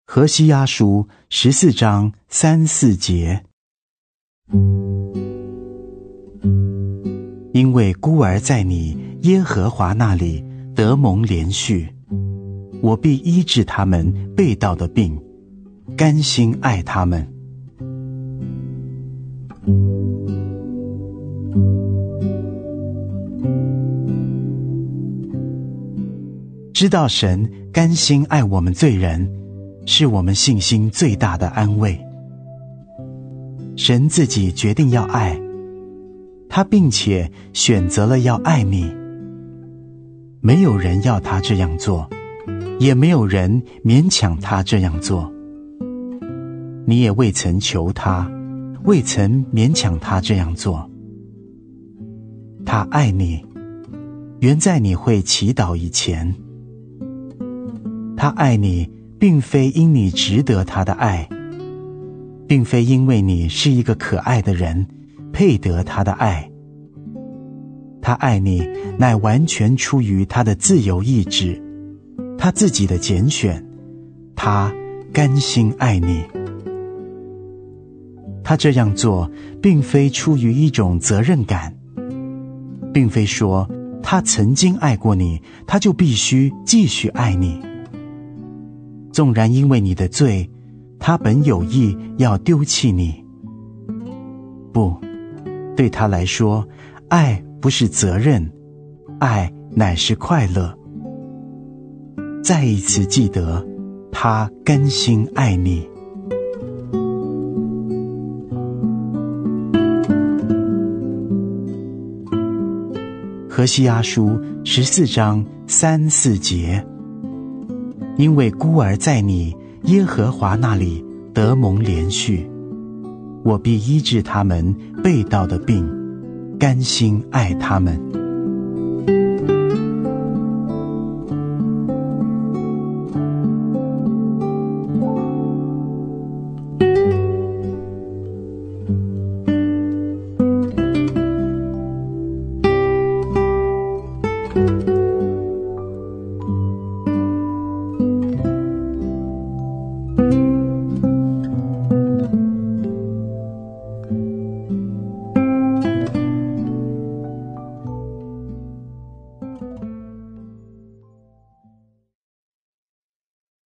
何西阿书14章3、4节。因为孤儿在你耶和华那里得蒙怜恤，我必医治他们背道的病，甘心爱他们。知道神甘心爱我们罪人，是我们信心最大的安慰。神自己决定要爱，他并且选择了要爱你。没有人要他这样做，也没有人勉强他这样做。你也未曾求他，未曾勉强他这样做。他爱你，原在你会祈祷以前。他爱你，并非因你值得他的爱，并非因为你是一个可爱的人，配得他的爱。他爱你，乃完全出于他的自由意志，他自己的拣选，他甘心爱你。他这样做，并非出于一种责任感，并非说他曾经爱过你，他就必须继续爱你。纵然因为你的罪，他本有意要丢弃你。不，对他来说，爱不是责任，爱乃是快乐。再一次记得，他甘心爱你。何西阿书14章3、4节。因为孤儿在你耶和华那里得蒙怜恤，我必医治他们背道的病，甘心爱他们。